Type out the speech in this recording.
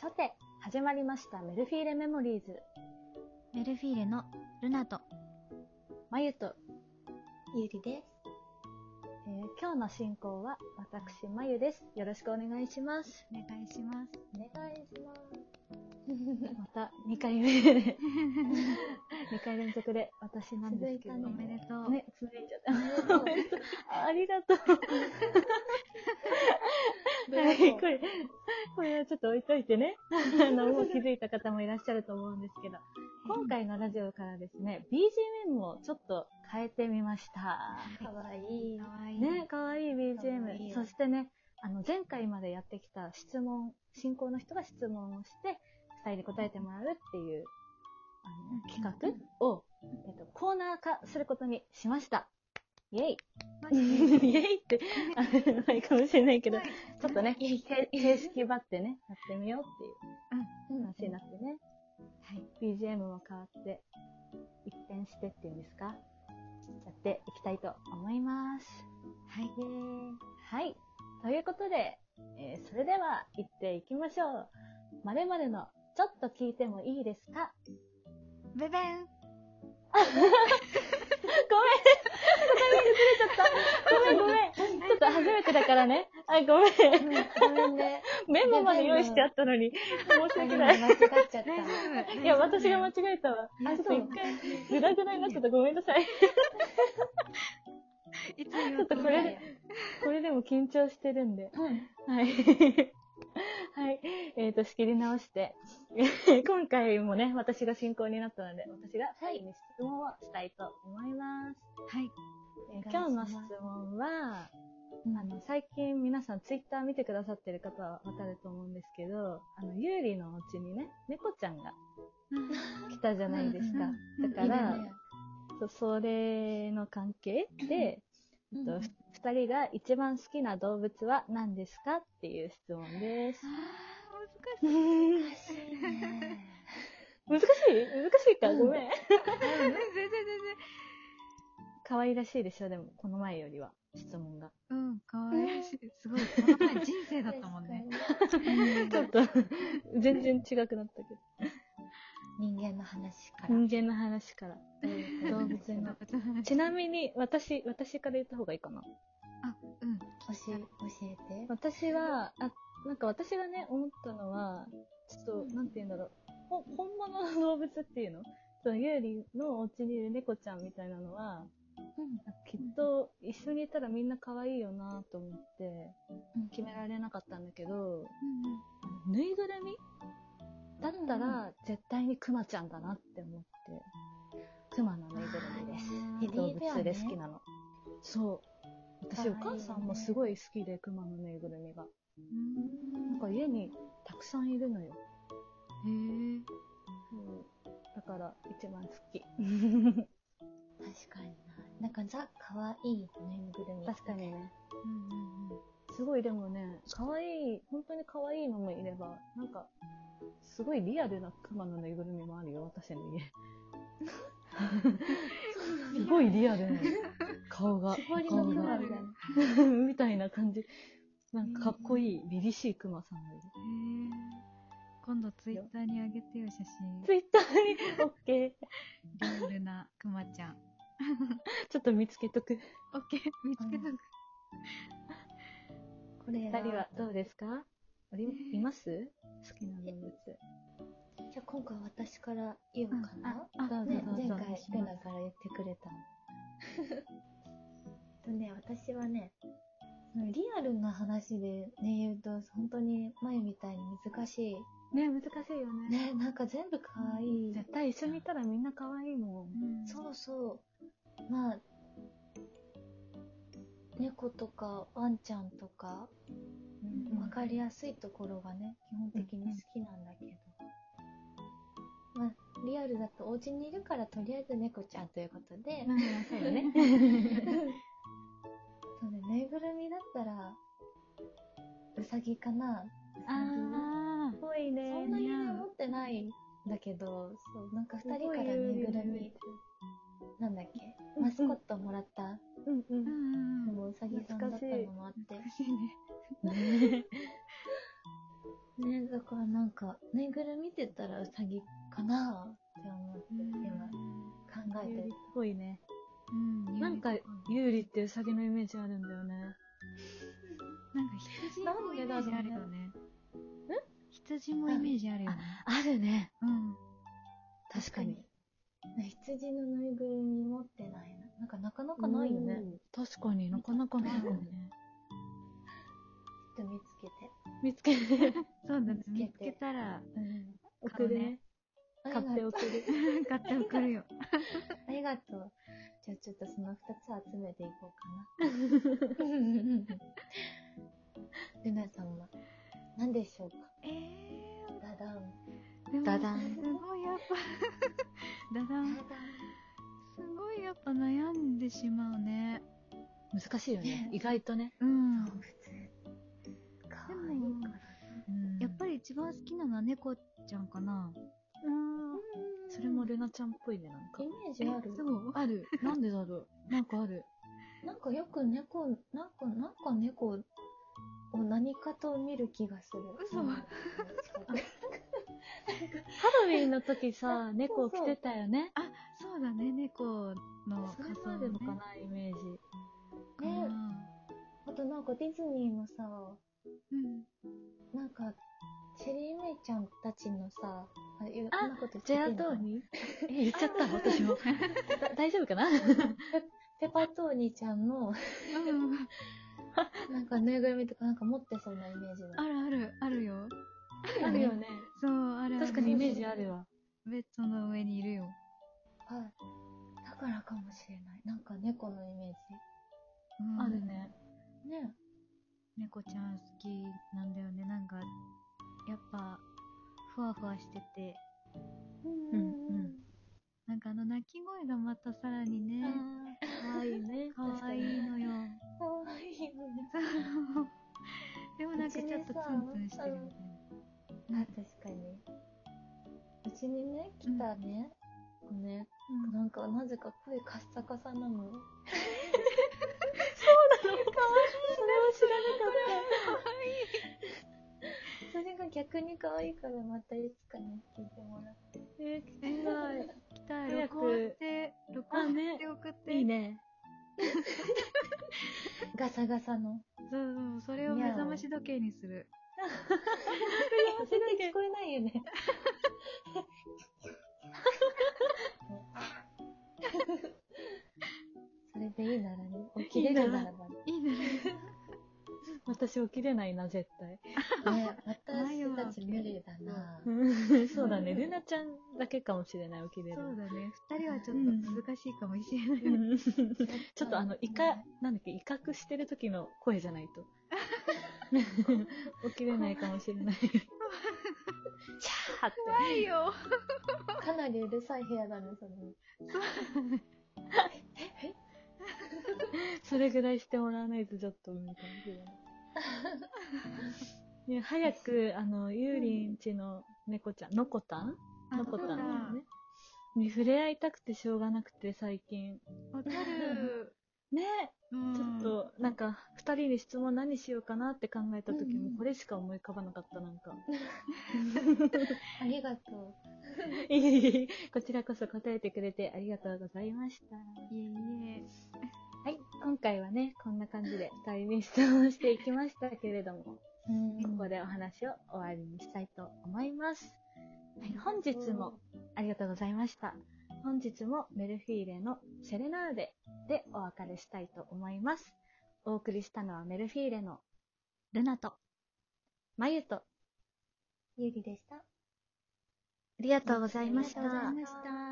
さて、始まりましたメルフィーレメモリーズ。 メルフィーレのルナとまゆと、 ゆりです。 今日の進行は私まゆです。よろしくお願いします。 お願いします。 お願いします。 また2回目で2回連続で私なんですけど、 おめでとう。 ね、続いちゃった。ありがとう。はい、これはちょっと置いといてね。もう気づいた方もいらっしゃると思うんですけど、今回のラジオからですね、BGM をちょっと変えてみました。 かわいい。 ね、かわいい BGM。 いいそしてね、前回までやってきた進行の人が質問をして、2人に答えてもらうっていう、企画を、コーナー化することにしました。イェイイェイって、ないかもしれないけど、ちょっとね、形式ばってね、やってみようっていう話になってね。はい。BGM も変わって、一変してっていうんですか？やっていきたいと思います。 はい。 はい。ということで、それでは行っていきましょう。〇〇のちょっと聞いてもいいですか？ ベベンごめん。ちょっと初めてだからね。ごめん。 ごめんね。 メモまで用意してあったのに。申し訳ない。 間違っちゃった。 いや、私が間違えたわ。ちょっと一回、グダグダになってた。ごめんなさい。 いつちょっとこれでも緊張してるんで。はい。はい。仕切り直して。今回もね、私が進行になったので、私が最後に質問をしたいと思います。 はい。 今日の質問は、最近皆さんツイッター見てくださってる方はわかると思うんですけど、ゆうりのお家にね、猫ちゃんが来たじゃないですか。だから、それの関係で、二人が一番好きな動物は何ですかっていう質問です。 難しい。 難しいか、ごめん。 全然。 可愛らしいでしょ、でも、この前よりは、質問が。 かわいいし、すごい、この前人生だったもんね。 ちょっと、全然違くなったけど。 人間の話から。 動物の。ちなみに、私から言った方がいいかな。 教えて。 私は、私がね、思ったのは、ちょっと、なんて言うんだろう。本物の動物っていうの？ゆうりのお家にいる猫ちゃんみたいなのは、きっと一緒にいたらみんな可愛いよなと思って決められなかったんだけど、ぬいぐるみだったら絶対にクマちゃんだなって思って、クマのぬいぐるみです。動物で好きなの。そう。私、お母さんもすごい好きで、クマのぬいぐるみが。なんか家にたくさんいるのよ。だから一番好き。 確かにな。なんかザ・かわいいぬいぐるみ。 確かにね。すごいでもね、本当に可愛いのもいれば、なんか、すごいリアルなクマのぬいぐるみもあるよ、私の家。すごいリアルな顔が。 氷のクマみたいな。 みたいな感じ。なんかかっこいい、凛々しいクマさんがいる。 今度ツイッターにあげてよ、写真。 ツイッターに、オッケー。 リアルなクマちゃん。 ちょっと見つけとく。 オッケー、見つけとく。 これ二人はどうですか？います？好きな動物。 じゃあ今回私から言おうかな。 どうぞ。 前回ルナから言ってくれた。私はね、リアルな話でね、言うと、本当に前みたいに難しい。 ね、難しいよね。 ね、なんか全部可愛い。 絶対一緒にいたらみんな可愛いもん。 そうそう。まあ、猫とかワンちゃんとか、わかりやすいところがね、基本的に好きなんだけど。まあ、リアルだとお家にいるからとりあえず猫ちゃんということで。 そうだね。 そうね、ぬいぐるみだったら、うさぎかな。 ぽいね。 そんなにね、持ってないんだけど、そう、なんか2人からぬいぐるみ、なんだっけ、マスコットもらったのもうさぎさんだったのもあって。 ね、だからなんか、ぬいぐるみって言ったらうさぎかなって思って、今、考えてるゆうりっ。ぽいね。 うん。 なんか、ゆうりってうさぎのイメージあるんだよね。 なんか羊もイメージあるよね。羊もイメージあるよね。 あるね。 うん。 確かに。 羊のぬいぐるみ持ってないな。なんかなかなかないよね。 うん。確かになかなかないよね。 ちょっと見つけて。 見つけて、 そうだね。 見つけて見つけたら、 うん。 送るね。買って送る。 買って送るよ。 ありがとう。じゃあちょっとその2つ集めていこうかな。ルナさんは何でしょうか。ダダン。 でもダダンすごいやっぱダダン。すごいやっぱ悩んでしまうね。 難しいよねね。 意外とね。 うん。 動物。かわいいから。 やっぱり一番好きなのは猫ちゃんかな。 それもルナちゃんっぽいね、なんかイ。メージある。 そう。 ある。なんでだろう。なんかある。 なんかよく猫、なんか猫を何かと見る気がする。 嘘うんハロウィンの時さ、猫着てたよね。 あ、そうだね。猫のそれ仮装もあるのかな、イメージ。 ね、 な。 あとなんかディズニーのさ、 うん。 なんか、シェリーメイちゃんたちのさ、あ、いろんあなことジェ言ってんのかなラトーニ言っちゃった私も。大丈夫かなペパトーニちゃんの、なんかぬいぐるみとかなんか持ってそうなイメージだ。 あるある、あるよ。 あるよね。 そう、あるある。 確かにイメージあるわ。 ベッドの上にいるよ。 はい。だからかもしれない。なんか猫のイメーうんあるね。 ジ。ね。 猫ちゃん好きなんだよね。なんか、やっぱ、ふわふわしてて、 うんなんか鳴き声がまたさらにね、 かわいいね。 かわいいのよ。 かわいいよね。 でもなんかちょっとツンツンしてるみたいな。 あ、確かに。うちにね、来たね、子ね、なんかなぜか声カッサカサなの。そうなの。かわいい。それを知らなかった。それが逆に可愛いからまたいつかね、聞いてもらって。 聞きたい。 来たい。 早く録音して送って。 いいね。 ガサガサの。 そうそう、それを目覚まし時計にする。 全然聞こえないよね。それでいいならね、起きれるならばね。 いいね。 私起きれないな、絶対。 ね、私たち無理だな。 そうだね。ルナちゃんだけかもしれない、起きれる。 そうだね。二人はちょっと難しいかもしれない。 ちょっとなんだっけ、威嚇してる時の声じゃないと。起きれないかもしれない。シャーって。 怖いよ。 かなりうるさい部屋だね、それ。 それぐらいしてもらわないとちょっと無理かもしれない。ね、早く、ゆうりんちの猫ちゃん、のこたんのこたんだよね。に触れ合いたくてしょうがなくて、最近。 わかる。 ね、ちょっと、なんか、二人に質問何しようかなって考えた時も、これしか思い浮かばなかった、なんか。 ありがといえいえ、こちらこそ答えてくれてありがとうございました。 いえいえ。 はい、今回はね、こんな感じで2人に質問していきましたけれども、ここでお話を終わりにしたいと思います。はい、本日もありがとうございました。本日もメルフィーレのセレナーデでお別れしたいと思います。お送りしたのはメルフィーレのルナとマユとゆりでした。 ありがとうございましありがとうございたました。